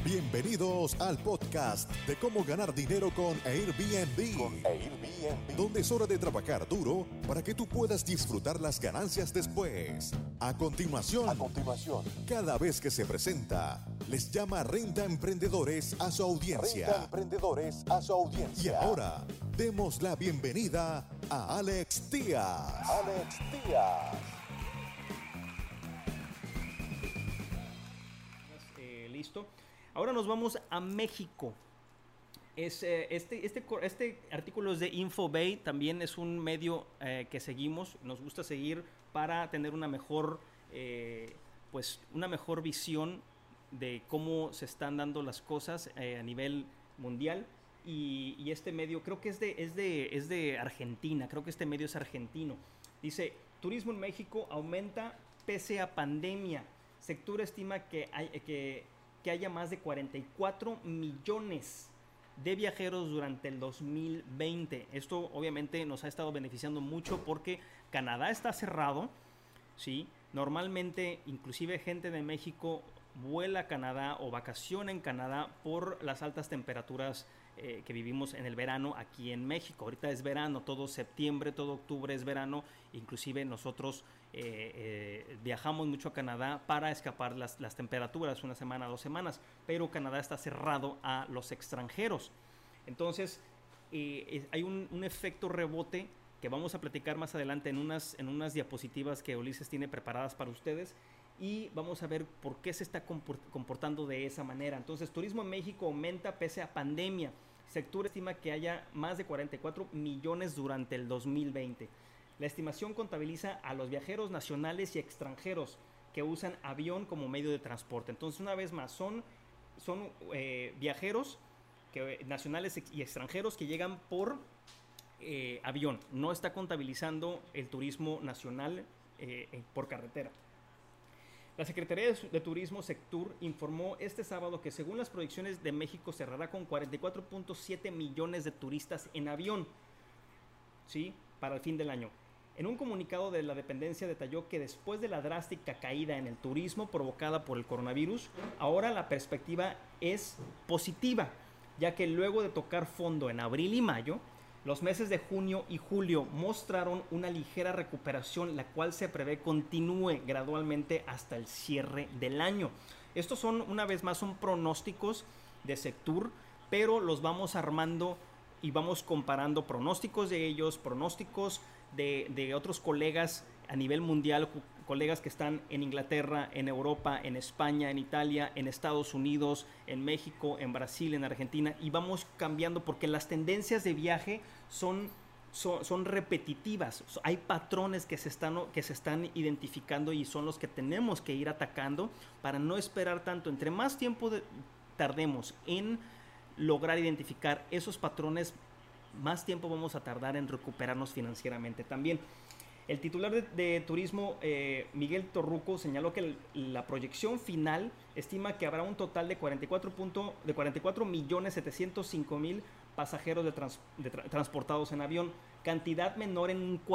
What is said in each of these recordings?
Bienvenidos al podcast de cómo ganar dinero con Airbnb. Donde es hora de trabajar duro para que tú puedas disfrutar las ganancias después. A continuación, cada vez que se presenta, les llama Renta Emprendedores a su audiencia. Y ahora, demos la bienvenida a Alex Díaz. Listo. Ahora nos vamos a México. Este artículo es de Infobay, también es un medio que seguimos, nos gusta seguir para tener una mejor visión de cómo se están dando las cosas a nivel mundial. Y este medio creo que es de Argentina, creo que este medio es argentino. Dice: turismo en México aumenta pese a pandemia. Sector estima que haya más de 44 millones de viajeros durante el 2020. Esto obviamente nos ha estado beneficiando mucho porque Canadá está cerrado, ¿sí? Normalmente, inclusive gente de México vuela a Canadá o vacaciona en Canadá por las altas temperaturas que vivimos en el verano aquí en México. Ahorita es verano, todo septiembre, todo octubre es verano. Inclusive nosotros viajamos mucho a Canadá para escapar las temperaturas, una semana, 2 semanas, pero Canadá está cerrado a los extranjeros. Entonces hay un efecto rebote que vamos a platicar más adelante en unas diapositivas que Ulises tiene preparadas para ustedes, y vamos a ver por qué se está comportando de esa manera. Entonces, turismo en México aumenta pese a pandemia. Sector estima que haya más de 44 millones durante el 2020. La estimación contabiliza a los viajeros nacionales y extranjeros que usan avión como medio de transporte. Entonces, una vez más, son viajeros nacionales y extranjeros que llegan por avión. No está contabilizando el turismo nacional por carretera. La Secretaría de Turismo Sectur informó este sábado que, según las proyecciones de México, cerrará con 44.7 millones de turistas en avión, ¿sí?, para el fin del año. En un comunicado de la dependencia detalló que después de la drástica caída en el turismo provocada por el coronavirus, ahora la perspectiva es positiva, ya que luego de tocar fondo en abril y mayo, los meses de junio y julio mostraron una ligera recuperación, la cual se prevé continúe gradualmente hasta el cierre del año. Estos son, una vez más, son pronósticos de Sectur, pero los vamos armando y vamos comparando pronósticos de ellos, pronósticos de otros colegas a nivel mundial, colegas que están en Inglaterra, en Europa, en España, en Italia, en Estados Unidos, en México, en Brasil, en Argentina, y vamos cambiando porque las tendencias de viaje son repetitivas. Hay patrones que se están identificando y son los que tenemos que ir atacando para no esperar tanto. Entre más tiempo tardemos en lograr identificar esos patrones, más tiempo vamos a tardar en recuperarnos financieramente también. El titular de turismo, Miguel Torruco, señaló que la proyección final estima que habrá un total de 44.705.000 pasajeros transportados en avión, cantidad menor en un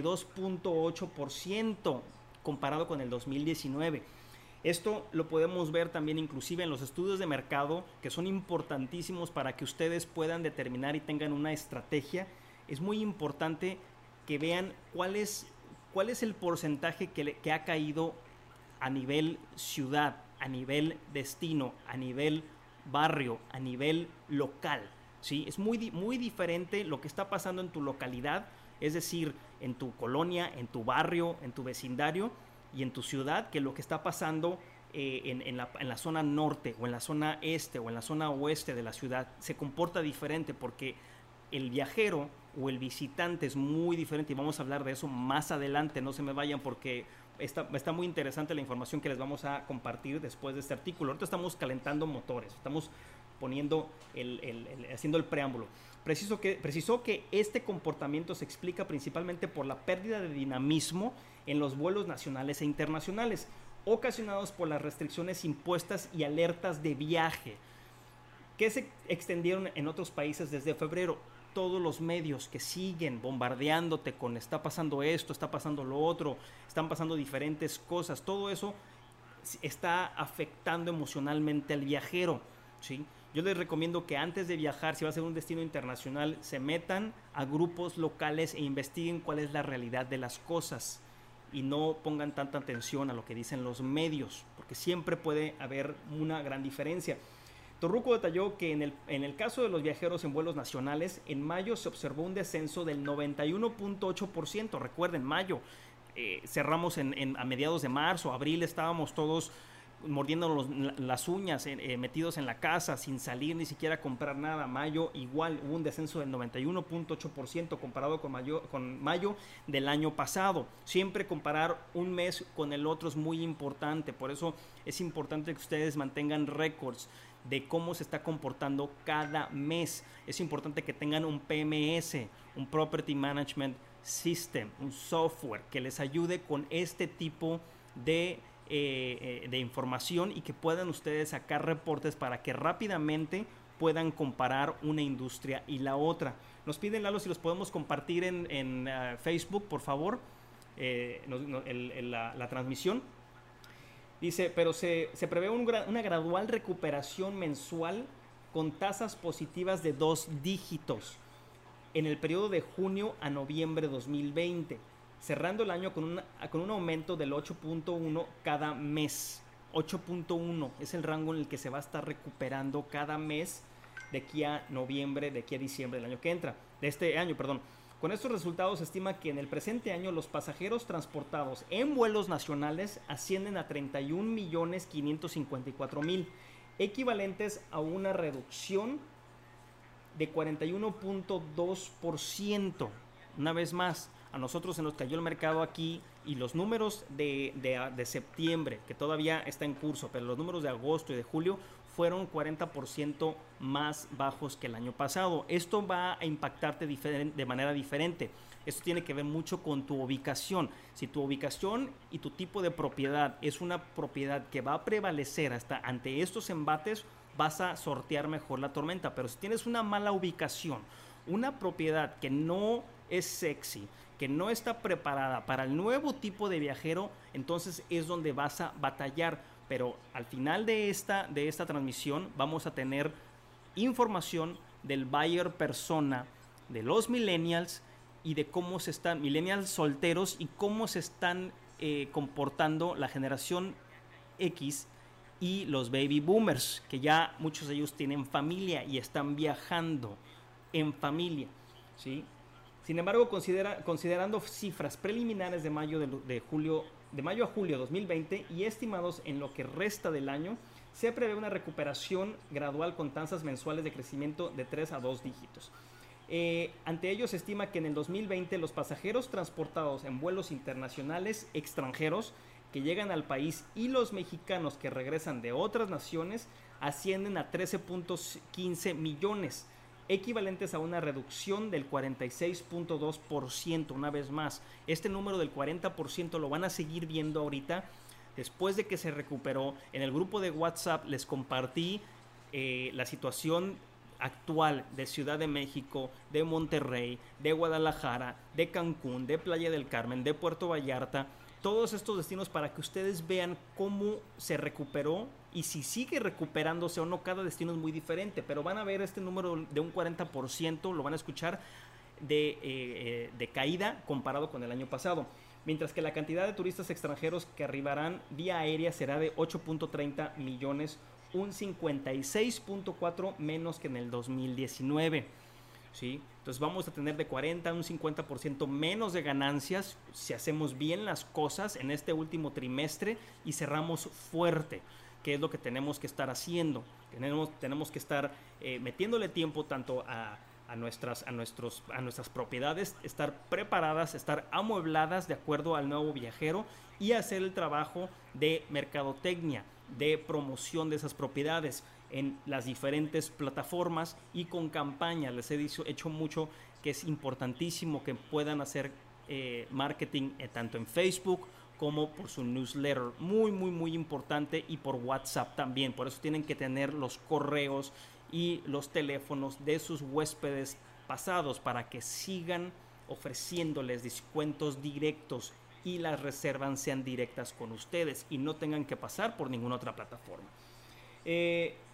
42.8% comparado con el 2019. Esto lo podemos ver también inclusive en los estudios de mercado, que son importantísimos para que ustedes puedan determinar y tengan una estrategia. Es muy importante que vean cuál es el porcentaje que ha caído a nivel ciudad, a nivel destino, a nivel barrio, a nivel local, ¿sí? Es muy diferente lo que está pasando en tu localidad, es decir, en tu colonia, en tu barrio, en tu vecindario y en tu ciudad, que lo que está pasando en la zona norte o en la zona este o en la zona oeste de la ciudad. Se comporta diferente porque el viajero o el visitante es muy diferente, y vamos a hablar de eso más adelante. No se me vayan porque está muy interesante la información que les vamos a compartir después de este artículo. Ahorita estamos calentando motores, estamos poniendo haciendo el preámbulo. Precisó que este comportamiento se explica principalmente por la pérdida de dinamismo en los vuelos nacionales e internacionales, ocasionados por las restricciones impuestas y alertas de viaje que se extendieron en otros países desde febrero. Todos los medios que siguen bombardeándote con está pasando esto, está pasando lo otro, están pasando diferentes cosas, todo eso está afectando emocionalmente al viajero. ¿sí? Yo les recomiendo que antes de viajar, si va a ser un destino internacional, se metan a grupos locales e investiguen cuál es la realidad de las cosas y no pongan tanta atención a lo que dicen los medios, porque siempre puede haber una gran diferencia. Torruco detalló que en el caso de los viajeros en vuelos nacionales, en mayo se observó un descenso del 91.8%. Recuerden, mayo, cerramos a mediados de marzo, abril, estábamos todos mordiendo las uñas, metidos en la casa, sin salir ni siquiera a comprar nada. Mayo igual, hubo un descenso del 91.8% comparado con mayo del año pasado. Siempre comparar un mes con el otro es muy importante, por eso es importante que ustedes mantengan récords de cómo se está comportando cada mes. Es importante que tengan un PMS, un Property Management System, un software que les ayude con este tipo de información y que puedan ustedes sacar reportes para que rápidamente puedan comparar una industria y la otra. Nos piden, Lalo, si los podemos compartir en Facebook, por favor, la transmisión. Dice, pero se prevé una gradual recuperación mensual con tasas positivas de 2 dígitos en el periodo de junio a noviembre de 2020, cerrando el año con un aumento del 8.1 cada mes. 8.1 es el rango en el que se va a estar recuperando cada mes de aquí a noviembre, de aquí a diciembre del año que entra, de este año, perdón. Con estos resultados se estima que en el presente año los pasajeros transportados en vuelos nacionales ascienden a 31.554.000, equivalentes a una reducción de 41.2%. Una vez más, a nosotros se nos cayó el mercado aquí y los números de septiembre, que todavía está en curso, pero los números de agosto y de julio fueron 40% más bajos que el año pasado. Esto va a impactarte de manera diferente. Esto tiene que ver mucho con tu ubicación. Si tu ubicación y tu tipo de propiedad es una propiedad que va a prevalecer hasta ante estos embates, vas a sortear mejor la tormenta. Pero si tienes una mala ubicación, una propiedad que no es sexy, que no está preparada para el nuevo tipo de viajero, entonces es donde vas a batallar. Pero al final de esta transmisión vamos a tener información del buyer persona, de los millennials y de cómo se están, millennials solteros, y cómo se están comportando la generación X y los baby boomers, que ya muchos de ellos tienen familia y están viajando en familia, ¿sí? Sin embargo, considerando cifras preliminares de mayo a julio 2020 y estimados en lo que resta del año, se prevé una recuperación gradual con tasas mensuales de crecimiento de 3 a 2 dígitos. Ante ello, se estima que en el 2020 los pasajeros transportados en vuelos internacionales extranjeros que llegan al país y los mexicanos que regresan de otras naciones ascienden a 13.15 millones, equivalentes a una reducción del 46.2%. Una vez más, este número del 40% lo van a seguir viendo ahorita después de que se recuperó. En el grupo de WhatsApp les compartí la situación actual de Ciudad de México, de Monterrey, de Guadalajara, de Cancún, de Playa del Carmen, de Puerto Vallarta, todos estos destinos para que ustedes vean cómo se recuperó y si sigue recuperándose o no. Cada destino es muy diferente, pero van a ver este número de un 40%, lo van a escuchar de caída comparado con el año pasado. Mientras que la cantidad de turistas extranjeros que arribarán vía aérea será de 8.30 millones, un 56.4 menos que en el 2019. ¿Sí? Entonces vamos a tener de 40 a un 50% menos de ganancias si hacemos bien las cosas en este último trimestre y cerramos fuerte, que es lo que tenemos que estar haciendo. Tenemos que estar metiéndole tiempo tanto a nuestras propiedades, estar preparadas, estar amuebladas de acuerdo al nuevo viajero y hacer el trabajo de mercadotecnia, de promoción de esas propiedades en las diferentes plataformas y con campañas. Les he hecho mucho que es importantísimo que puedan hacer marketing tanto en Facebook como por su newsletter, muy importante, y por WhatsApp también. Por eso tienen que tener los correos y los teléfonos de sus huéspedes pasados para que sigan ofreciéndoles descuentos directos y las reservas sean directas con ustedes y no tengan que pasar por ninguna otra plataforma.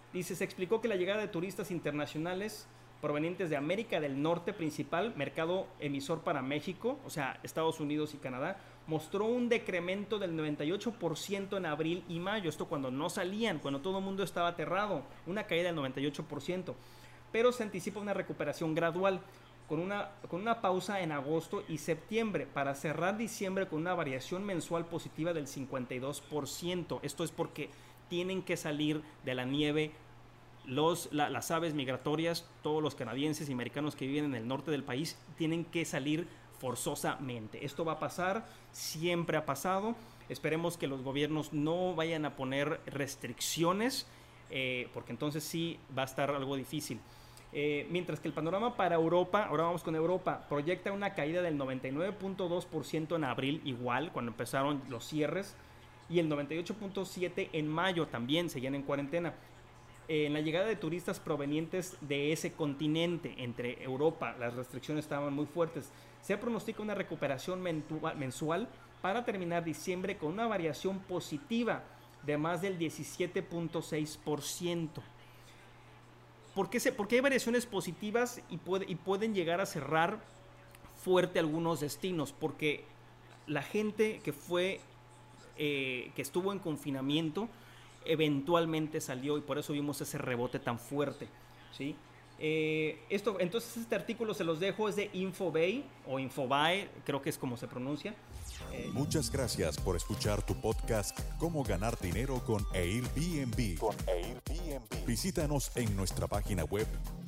Dice, se explicó que la llegada de turistas internacionales provenientes de América del Norte, principal mercado emisor para México, o sea, Estados Unidos y Canadá, mostró un decremento del 98% en abril y mayo. Esto cuando no salían, cuando todo el mundo estaba aterrado, una caída del 98%. Pero se anticipa una recuperación gradual, con una pausa en agosto y septiembre, para cerrar diciembre con una variación mensual positiva del 52%. Esto es porque tienen que salir de la nieve las aves migratorias, todos los canadienses y americanos que viven en el norte del país tienen que salir forzosamente. Esto va a pasar, siempre ha pasado. Esperemos que los gobiernos no vayan a poner restricciones, porque entonces sí va a estar algo difícil. Mientras que el panorama para Europa, ahora vamos con Europa, proyecta una caída del 99.2% en abril, igual cuando empezaron los cierres, y el 98.7% en mayo, también seguían en cuarentena. En la llegada de turistas provenientes de ese continente, entre Europa, las restricciones estaban muy fuertes. Se pronostica una recuperación mensual para terminar diciembre con una variación positiva de más del 17.6%. ¿Por qué hay variaciones positivas y pueden llegar a cerrar fuerte algunos destinos? Porque la gente que estuvo en confinamiento eventualmente salió, y por eso vimos ese rebote tan fuerte, ¿sí? Entonces este artículo se los dejo, es de Infobay o Infobae, creo que es como se pronuncia. Muchas gracias por escuchar tu podcast Cómo ganar dinero con Airbnb. Visítanos en nuestra página web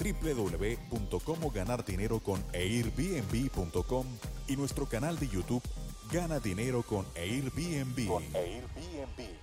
www.comoganardinero.airbnb.com y nuestro canal de YouTube Gana Dinero con Airbnb.